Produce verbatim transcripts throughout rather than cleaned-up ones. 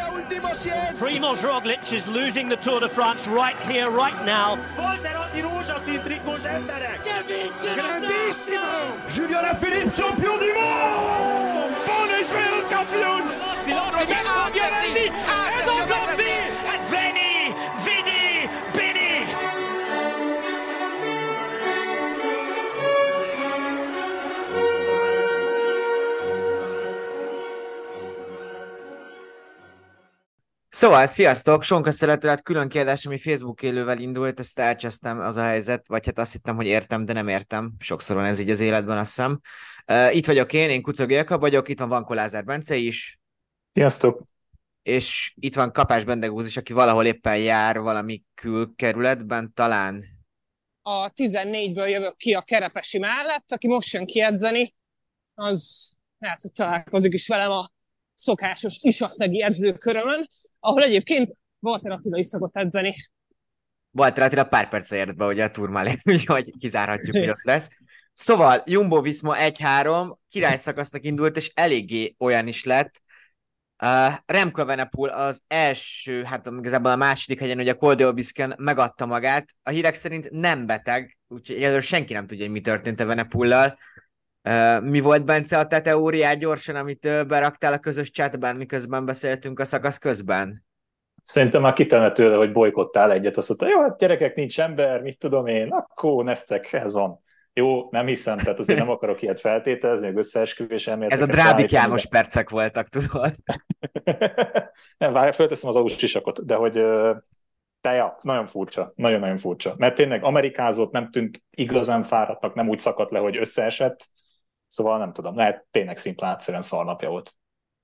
Primoz Roglic is losing the Tour de France right here, right now. Volterati rózsaszín trikós emberek! Grandissimo! Julien Alaphilippe, champion du monde! Buon Israel champion! Roberto Giovanni, Edo Conti, and Veni, Vidi, Bini! Szóval, sziasztok! Sonka szeretelet, külön kiadás, ami Facebook élővel indult, ezt elcsesztem, az a helyzet, vagy hát azt hittem, hogy értem, de nem értem. Sokszor van ez így az életben, azt hiszem. Uh, itt vagyok én, én Kucogi Jakab vagyok, itt van Vankó Lázár Bence is. Sziasztok! És itt van Kapás Bendegúz is, aki valahol éppen jár valami külkerületben, talán. A tizennégyből jövök ki a Kerepesi mellett, aki most jön kiedzeni, az lehet, hogy találkozik is velem a szokásos isaszegi edzőkörömön, ahol egyébként Walter Attila is szokott edzeni. Walter Attila pár perce ért be, ugye a turmálé, úgyhogy kizárhatjuk, hogy ott lesz. Szóval Jumbo-Visma egy három királyszakasznak indult, és eléggé olyan is lett. Uh, Remco Evenepoel az első, hát igazából a második hegyen, ugye a Col d'Aubisque-en megadta magát. A hírek szerint nem beteg, úgyhogy egyelőre senki nem tudja, hogy mi történt Evenepoellal. Uh, mi volt, Bence, a te teóriád gyorsan, amit uh, beraktál a közös chatben, miközben beszéltünk a szakasz közben? Szerintem már kitelne tőle, hogy bolykottál egyet, azt mondta, jó, hát gyerekek, nincs ember, mit tudom én, akkor neztek, ez van. Jó, nem hiszem, tehát azért nem akarok ilyet feltételezni, hogy összeesküvés elméleteket. Ez a Drábik János percek voltak, tudod? Nem, várj, fölteszem az autós sisakot, de hogy te, ja, nagyon furcsa, nagyon-nagyon furcsa. Mert tényleg amerikázott, nem tűnt igazán fáradtnak, nem úgy szakadt le, hogy összeesett, szóval nem tudom, lehet tényleg szimplán egyszerűen szarnapja volt.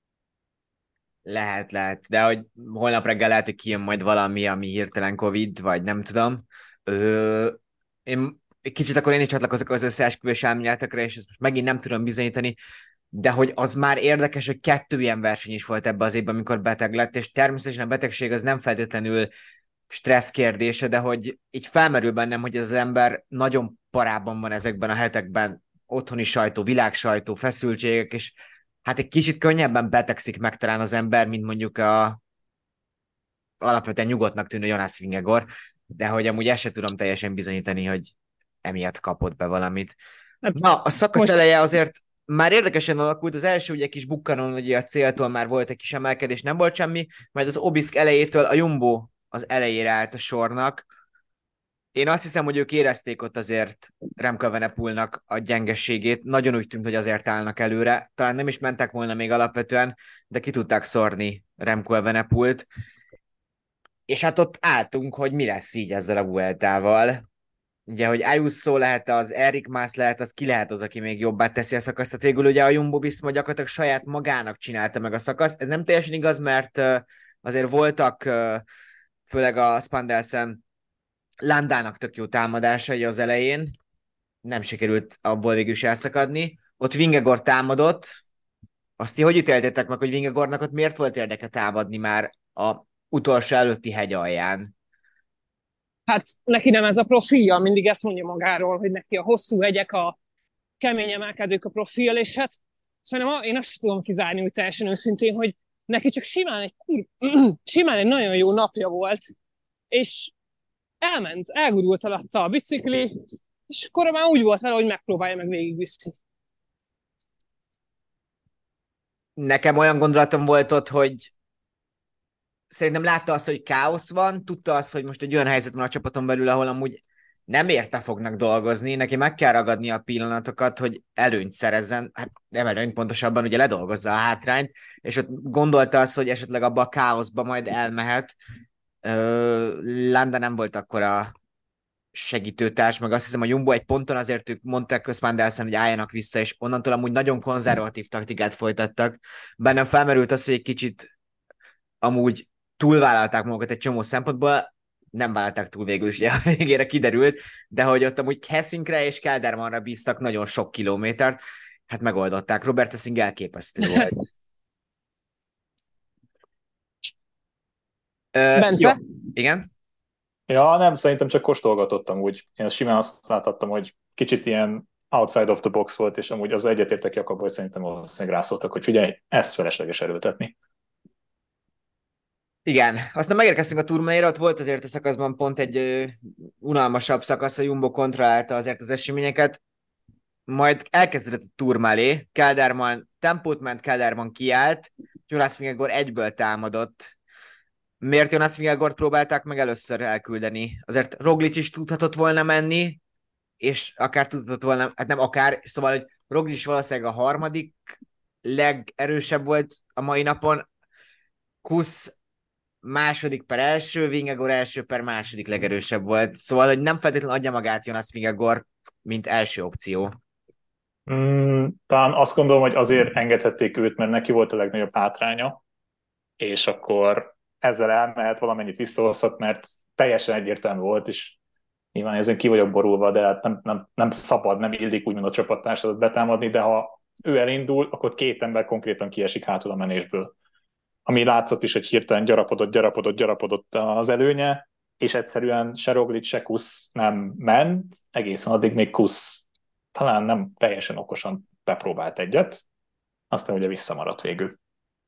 Lehet, lehet, de hogy holnap reggel lehet, hogy kijön majd valami, ami hirtelen Covid, vagy nem tudom. Ö, én kicsit akkor én is csatlakozok az összeesküvés elméletekre, és ezt most megint nem tudom bizonyítani, de hogy az már érdekes, hogy kettő ilyen verseny is volt ebbe az évben, amikor beteg lett, és természetesen a betegség az nem feltétlenül stressz kérdése, de hogy így felmerül bennem, hogy az ember nagyon parában van ezekben a hetekben, otthoni sajtó, világsajtó, feszültségek, és hát egy kicsit könnyebben betegszik meg talán az ember, mint mondjuk a alapvetően nyugodtnak tűnő Jonas Vingegaard, de hogy amúgy ezt se tudom teljesen bizonyítani, hogy emiatt kapott be valamit. Na, a szakasz most... eleje azért már érdekesen alakult, az első ugye kis bukkanon, ugye a céltól már volt egy kis emelkedés, nem volt semmi, majd az Obisk elejétől a Jumbo az elejére állt a sornak. Én azt hiszem, hogy ők érezték ott azért Remco Evenepoelnak a gyengeségét, nagyon úgy tűnt, hogy azért állnak előre, talán nem is mentek volna még alapvetően, de ki tudták szórni Remco Evenepoelt, és hát ott álltunk, hogy mi lesz így ezzel a Vueltával. Ugye, hogy Ayuso lehet az, Erik Mas lehet az, ki lehet az, aki még jobbá teszi a szakaszt. Tehát végül ugye a Jumbo-Visma gyakorlatilag saját magának csinálta meg a szakaszt. Ez nem teljesen igaz, mert uh, azért voltak, uh, főleg a Spandelsen Landának tök jó támadásai az elején. Nem sikerült abból végül is elszakadni. Ott Vingegaard támadott. Azt ti hogy ítéltétek meg, hogy Vingegaardnak ott miért volt érdeke támadni már a utolsó előtti hegy alján? Hát neki nem ez a profilja, mindig ezt mondja magáról, hogy neki a hosszú hegyek, a kemény emelkedők a profil, és hát szerintem én azt tudom kizárni úgy teljesen őszintén, hogy neki csak simán egy, kur... simán egy nagyon jó napja volt, és elment, elgurult alatta a bicikli, és akkor már úgy volt vele, hogy megpróbálja meg végigviszi. Nekem olyan gondolatom volt ott, hogy szerintem látta azt, hogy káosz van, tudta azt, hogy most egy olyan helyzet van a csapaton belül, ahol amúgy nem érte fognak dolgozni, neki meg kell ragadni a pillanatokat, hogy előnyt szerezzen, hát nem előnyt, pontosabban ugye ledolgozza a hátrányt, és ott gondolta azt, hogy esetleg abba a káoszba majd elmehet. Landa nem volt akkor a segítőtárs, meg azt hiszem a Jumbo egy ponton azért ők mondták Közpandelsen, hogy álljanak vissza, és onnantól amúgy nagyon konzervatív taktikát folytattak. Bennem felmerült az, hogy egy kicsit amúgy túlvállalták magukat egy csomó szempontból, nem vállalták túl végül is, ugye a végére kiderült, de hogy ott amúgy Hessinkre és Keldermanra bíztak nagyon sok kilométert, hát megoldották. Robert Hessink elképesztő volt. Bence? Jó. Igen? Ja, nem, szerintem csak kóstolgatottam úgy. Én azt simán azt láthattam, hogy kicsit ilyen outside of the box volt, és amúgy az egyetértek Jakab, hogy szerintem valószínűleg rászóltak, hogy figyelj, ezt felesleges erőltetni. Igen, aztán megérkeztünk a turmaléra, ott volt azért a szakaszban pont egy ö, unalmasabb szakasz, a Jumbo kontrollálta azért az eseményeket, majd elkezdődött a turmalé, Kelderman tempót ment, Kelderman kiállt, Jonas Vingegaard egyből támadott. Miért Jonas Vingegaard próbálták meg először elküldeni? Azért Roglic is tudhatott volna menni, és akár tudhatott volna, hát nem akár, szóval, hogy Roglic valószínűleg a harmadik legerősebb volt a mai napon, Kusz második per első, Vingegaard első per második legerősebb volt, szóval, hogy nem feltétlenül adja magát Jonas Vingegaard, mint első opció. Mm, talán azt gondolom, hogy azért engedhették őt, mert neki volt a legnagyobb hátránya, és akkor ezzel elmehet, valamennyit visszahozhat, mert teljesen egyértelmű volt, és nyilván ezen ki vagyok borulva, de hát nem, nem, nem szabad, nem illik úgymond a csapattársadat betámadni, de ha ő elindul, akkor két ember konkrétan kiesik hátul a menésből. Ami látszott is, hogy hirtelen gyarapodott, gyarapodott, gyarapodott az előnye, és egyszerűen se Roglic, se Kusz nem ment, egészen addig még Kusz talán nem teljesen okosan bepróbált egyet, aztán ugye visszamaradt végül.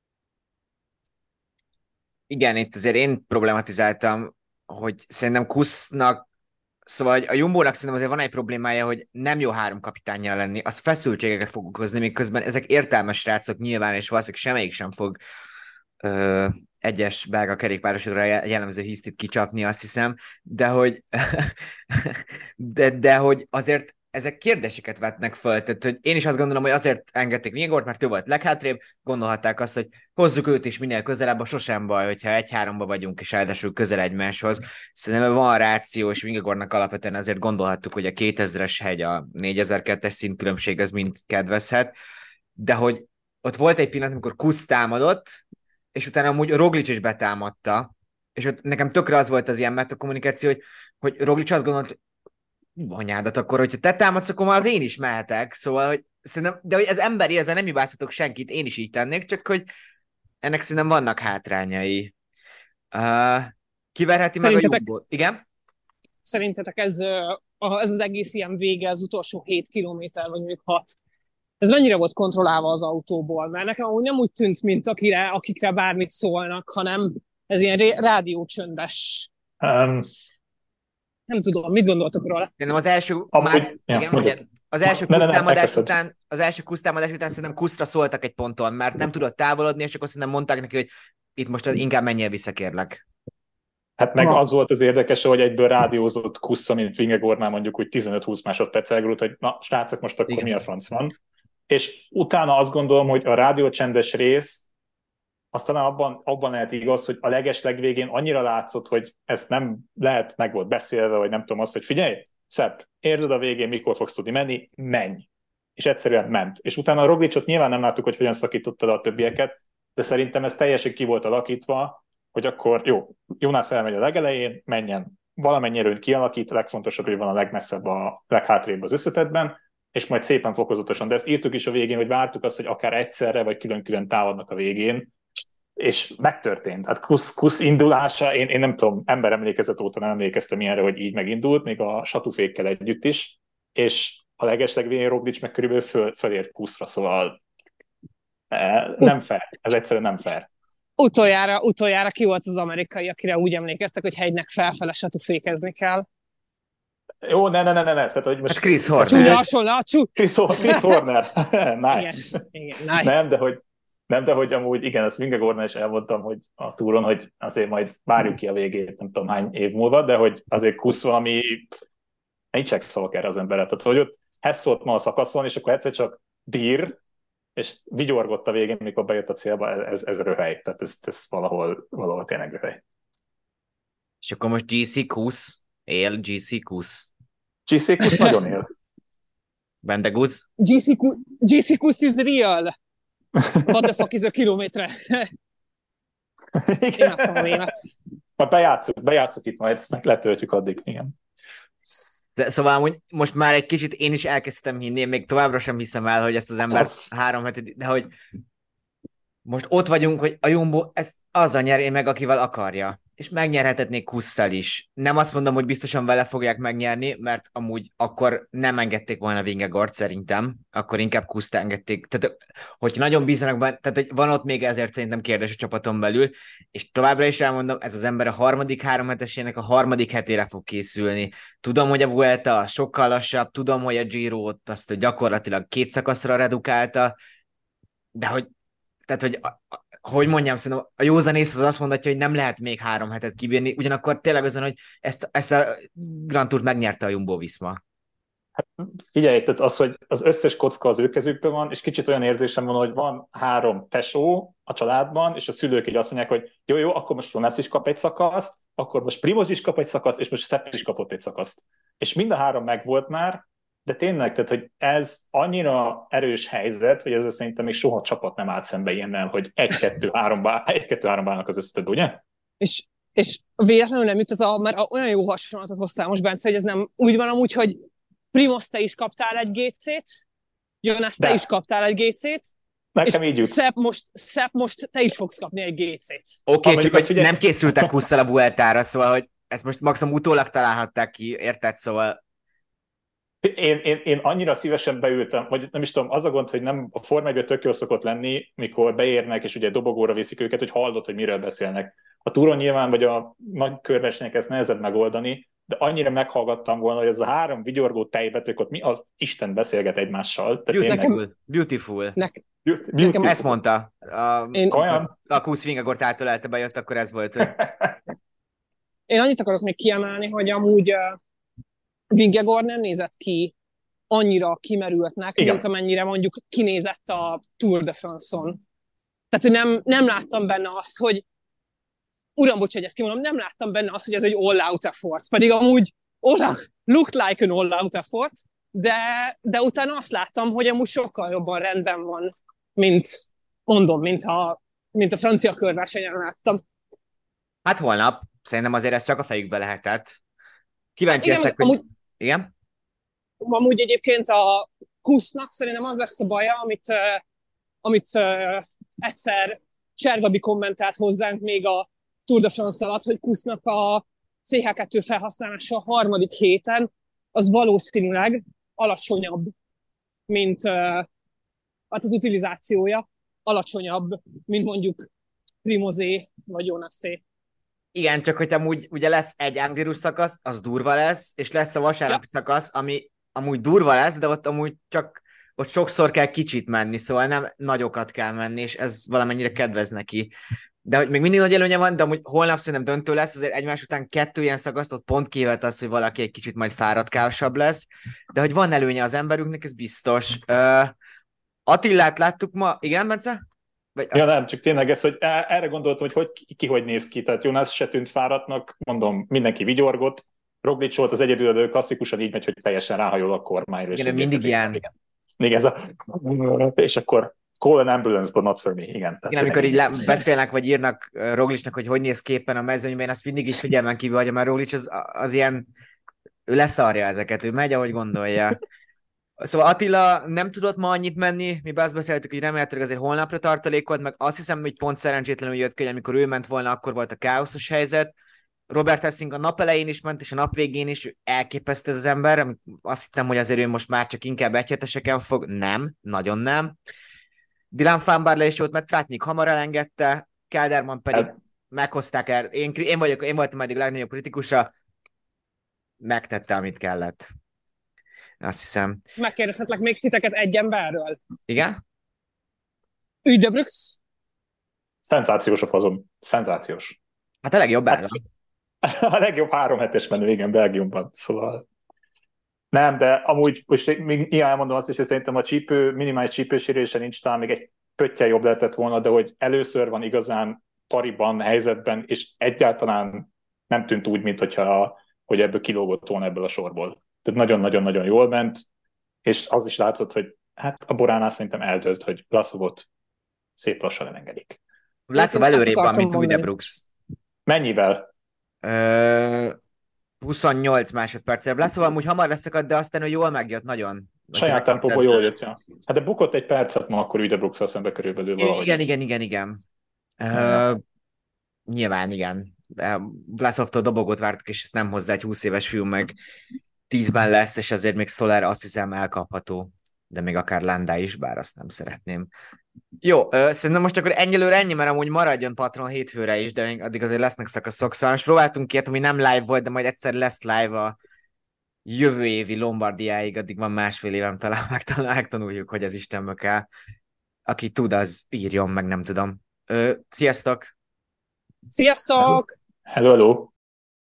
Igen, itt azért én problematizáltam, hogy szerintem Kusznak, szóval a Jumbónak szerintem azért van egy problémája, hogy nem jó három kapitánnyal lenni, az feszültségeket fog okozni, miközben ezek értelmes srácok nyilván, és valószínűleg semmelyik sem fog ö, egyes belga kerékpárosokra jellemző hisztit kicsapni, azt hiszem, de hogy, de, de hogy azért ezek kérdéseket vetnek föl, tehát hogy én is azt gondolom, hogy azért engedték Vingegaard, mert ő volt leghátrébb, gondolhatták azt, hogy hozzuk őt is minél közelebb, a sosem baj, hogyha egy-háromba vagyunk, és ráadásul közel egymáshoz. Szerintem van ráció, és Vingegaardnak alapvetően azért gondolhattuk, hogy a kétezres hegy, a négyezer-kettes szintkülönbség az mind kedvezhet, de hogy ott volt egy pillanat, amikor Kusz támadott, és utána amúgy Roglic is betámadta, és ott nekem tökre az volt az ilyen metakommunikáció, hogy, hogy Roglic azt gondolt, anyádat, akkor, hogyha te támadsz, akkor már az én is mehetek, szóval, hogy szerintem, de hogy ez emberi, ezzel nem hibáztatok senkit, én is így tennék, csak hogy ennek szerintem vannak hátrányai. Uh, kiverheti meg a Jumbo? Igen? Szerintetek ez, ez az egész ilyen vége, az utolsó hét kilométer, vagy mondjuk hat, ez mennyire volt kontrollálva az autóból? Mert nekem úgy nem úgy tűnt, mint akire, akikre bármit szólnak, hanem ez ilyen rádiócsöndes. Um. Nem tudom, mit gondoltok róla? Nem az első, Amúgy, mász, ja, igen, ugye, az első kusztámadás ne, ne, után, az első kusztámadás után szerintem Kusztra szóltak egy ponton, mert nem tudott távolodni, és akkor szerintem mondták neki, hogy itt most inkább menjél vissza, kérlek. Hát meg az volt az érdekes, hogy egyből rádiózott Kusz, mint Vingegaardnál mondjuk úgy tizenöt-húsz másodperc elgurult, hogy na, srácok, most akkor igen, mi a franc van. És utána azt gondolom, hogy a rádiócsendes rész, aztán abban, abban lehet igaz, hogy a legeslegvégén annyira látszott, hogy ezt nem lehet, meg volt beszélve, vagy nem tudom azt, hogy figyelj, Szebb, érzed a végén, mikor fogsz tudni menni, menj. És egyszerűen ment. És utána a Roglicot nyilván nem láttuk, hogy hogyan szakította le a többieket, de szerintem ez teljesen ki volt alakítva, hogy akkor jó, Jonas elmegy a legelején, menjen. Valamennyi erőt kialakít, a legfontosabb, hogy van a legmesszebb, a leghátrébb az összetetben, és majd szépen fokozatosan. De ezt írtuk is a végén, hogy vártuk azt, hogy akár egyszerre, vagy külön-külön támadnak a végén, és megtörtént. Hát Kusz, Kusz indulása, én, én nem tudom, ember emlékezet óta nem emlékeztem ilyenre, hogy így megindult, még a satúfékkel együtt is, és a legeslegvégén Roglic meg körülbelül föl, fölért Kuszra, szóval nem fair. Ez egyszerűen nem fair. Utoljára, utoljára ki volt az amerikai, akire úgy emlékeztek, hogy hegynek felfele satúfékezni kell. Jó, ne, ne, ne, ne, ne. Tehát, hogy most... Hát Chris Horner. Csúnya hasonló, csú... Chris, Chris Horner. Nice. Igen, igen, nice. Nem, de hogy Nem, de hogy amúgy igen, ezt Vingegaardnál is elmondtam, hogy a túron, hogy azért majd várjuk ki a végét, nem tudom hány év múlva, de hogy azért Kusz valami, nincsek szavak erre az emberre. Tehát, hogy ott hesszolt ma a szakaszon, és akkor egyszer csak dír, és vigyorgott a végén, mikor bejött a célba, ez, ez röhely. Tehát ez, ez valahol, valahol tényleg röhely. És akkor most gé cé Kusz, él gé cé Kusz. gé cé Kusz nagyon él. Bendegúz? gé cé Kusz is real. What the fuck is a kilométre? Én adtam a vénet. Majd bejátszuk, bejátszuk itt majd, meg letöltjük addig, igen. De, szóval amúgy most már egy kicsit én is elkezdtem hinni, én még továbbra sem hiszem el, hogy ezt az ember az... három hetet, de hogy most ott vagyunk, hogy a Jumbo ezt azzal nyer meg, akivel akarja. és megnyerhetetnék Kusszal is. Nem azt mondom, hogy biztosan vele fogják megnyerni, mert amúgy akkor nem engedték volna Vingegaard szerintem, akkor inkább Kuszt engedték. Tehát, hogyha nagyon bíznak benne, tehát hogy van ott még ezért szerintem kérdés a csapaton belül, és továbbra is elmondom, ez az ember a harmadik három hetesének a harmadik hetére fog készülni. Tudom, hogy a Vuelta sokkal lassabb, tudom, hogy a Giro-t azt gyakorlatilag két szakaszra redukálta, de hogy tehát, hogy, hogy mondjam, szerintem a józanész az azt mondatja, hogy nem lehet még három hetet kibírni, ugyanakkor tényleg azon, hogy ezt, ezt a Grand Tourt megnyerte a Jumbo-Visma. Hát figyelj, tehát az, hogy az összes kocka az ő kezükben van, és kicsit olyan érzésem van, hogy van három tesó a családban, és a szülők így azt mondják, hogy jó, jó, akkor most Jonas is kap egy szakaszt, akkor most Primoz is kap egy szakaszt, és most Sepp is kapott egy szakaszt. És mind a három megvolt már, de tényleg, tehát, hogy ez annyira erős helyzet, hogy ezzel szerintem még soha csapat nem állt szembe ilyennel, hogy egy-kettő-háromba egy-kettő háromba állnak az összetöbb, ugye? És, és véletlenül nem jut ez a, mert olyan jó hasonlatot hoztál most, Bence, hogy ez nem úgy van amúgy, hogy Primoz, te is kaptál egy gé cét, Jonas, te de. is kaptál egy gé cét, Nekem így jut. Sepp most, Sepp most te is fogsz kapni egy gé cét. Oké, okay, csak hogy figyelj... nem készültek Kusszal a Vueltára, szóval, hogy ezt most maximum utólag találhatták ki, érted? Szóval Én, én, én annyira szívesen beültem, vagy nem is tudom, az a gond, hogy nem a Forma egyben tök jól szokott lenni, mikor beérnek, és ugye dobogóra viszik őket, hogy hallod, hogy miről beszélnek. A túron nyilván, vagy a nagy körversenyek ezt nehezebb megoldani, de annyira meghallgattam volna, hogy ez a három vigyorgó tejbetők ott mi az Isten beszélget egymással. Beautiful. Tényleg... Beautiful. Ne... Beautiful. Nekem ezt mondta. A, én... Olyan? A Kusz Vingegaard átölelte bejött, akkor ez volt. Hogy... Én annyit akarok még kiemelni, hogy amúgy uh, Vingegaard nem nézett ki annyira kimerültnek, igen, mint amennyire mondjuk kinézett a Tour de France-on. Tehát, hogy nem, nem láttam benne azt, hogy uram, bocs, hogy ezt kimondom, nem láttam benne azt, hogy ez egy all-out effort. Pedig amúgy all looked like an all-out effort, de, de utána azt láttam, hogy amúgy sokkal jobban rendben van, mint mondom, mint a, mint a francia körversenyen láttam. Hát holnap. Szerintem azért ez csak a fejükbe lehetett. Kíváncsi hát igen, leszek, hogy... Amúgy, igen? amúgy egyébként a Kusznak szerintem az lesz a baja, amit, uh, amit uh, egyszer Csergabi kommentált hozzánk még a Tour de France alatt, hogy Kusznak a cé há kettő felhasználása a harmadik héten az valószínűleg alacsonyabb, mint uh, hát az utilizációja alacsonyabb, mint mondjuk Primozé vagy Jonasé. Igen, csak hogy amúgy ugye lesz egy Angliru szakasz, az durva lesz, és lesz a vasárnapi ja. szakasz, ami amúgy durva lesz, de ott amúgy csak ott sokszor kell kicsit menni, szóval nem nagyokat kell menni, és ez valamennyire kedvez neki. De hogy még mindig nagy előnye van, de amúgy holnap szerintem döntő lesz, azért egymás után kettő ilyen szakaszt, ott pont kivet az, hogy valaki egy kicsit majd fáradtkásabb lesz, de hogy van előnye az emberünknek, ez biztos. Uh, Attilát láttuk ma, igen, Bence? Vagy ja, azt... nem, csak tényleg ez, hogy erre gondoltam, hogy, hogy ki, ki hogy néz ki. Tehát Jonas se tűnt fáradtnak, mondom, mindenki vigyorgott. Roglic volt az egyedül, klasszikusan így megy, hogy teljesen ráhajol a kormányra. Igen, mindig ilyen. Igen, igen, ez a... És akkor call an ambulance, but not for me. Igen, tehát igen, amikor így le, beszélnek, vagy írnak Roglicnak, hogy hogy néz képen a mezőnyben, én azt mindig így figyelmen kívül hagyom, mert Roglic az, az ilyen, ő leszarja ezeket, ő megy, ahogy gondolja. Szóval Attila nem tudott ma annyit menni, mi azt beszéltük, hogy remélhetőleg azért holnapra tartalékolt, meg azt hiszem, hogy pont szerencsétlenül jött ki, hogy amikor ő ment volna, akkor volt a káoszos helyzet. Robert Hessing a nap elején is ment, és a nap végén is elképesztő ez az ember. Azt hittem, hogy azért ő most már csak inkább egyheteseken fog. Nem, nagyon nem. Dylan van Baarle is volt, mert Tratnik hamar elengedte, Kelderman pedig hát. meghozták el. Én, én, vagyok, én voltam eddig a legnagyobb kritikusa, megtette, amit kellett. Azt hiszem. Megkérdezhetlek még titeket egy emberről? Igen? Ude-Brooks? Szenzációs a fazon. Szenzációs. Hát a legjobb állam. Hát, a legjobb három hetes menő, igen, Belgiumban. Szóval... Nem, de amúgy, most még ilyen elmondom azt is, hogy szerintem a csípő, minimális csípősérése nincs, talán még egy pöttyel jobb lehetett volna, de hogy először van igazán pariban, helyzetben, és egyáltalán nem tűnt úgy, mint hogyha, hogy ebből kilógott volna ebből a sorból. Tehát nagyon-nagyon-nagyon jól ment, és az is látszott, hogy hát a Boránál szerintem eldőlt, hogy Vlasovot szép lassan elengedik. Vlasov előrébb van, mint Ude-Brooks. Mennyivel? Ö... huszonnyolc másodperccel. Vlasov amúgy hamar leszakadt, de aztán ő jól megjött nagyon. Saját tempóból jól jött, ja. Hát de bukott egy percet ma akkor Ude-Brooksszal szembe körülbelül valahogy. Igen, igen, igen, igen. Uh, nyilván, igen. de Vlasovtól dobogót vártak, és ezt nem hozzá, egy húsz éves fiú meg tízben lesz, és azért még Soler azt hiszem elkapható, de még akár Landa is, bár azt nem szeretném. Jó, ö, szerintem most akkor ennyilőre ennyi, mert amúgy maradjon Patron hétfőre is, de még addig azért lesznek szakaszok. Szóval most próbáltunk ilyet, ami nem live volt, de majd egyszer lesz live a jövő évi Lombardiáig, addig van másfél évem, talán megtanuljuk, hogy ez Istenbe kell. Aki tud, az írjon meg, nem tudom. Ö, sziasztok! Sziasztok! Hello, hello!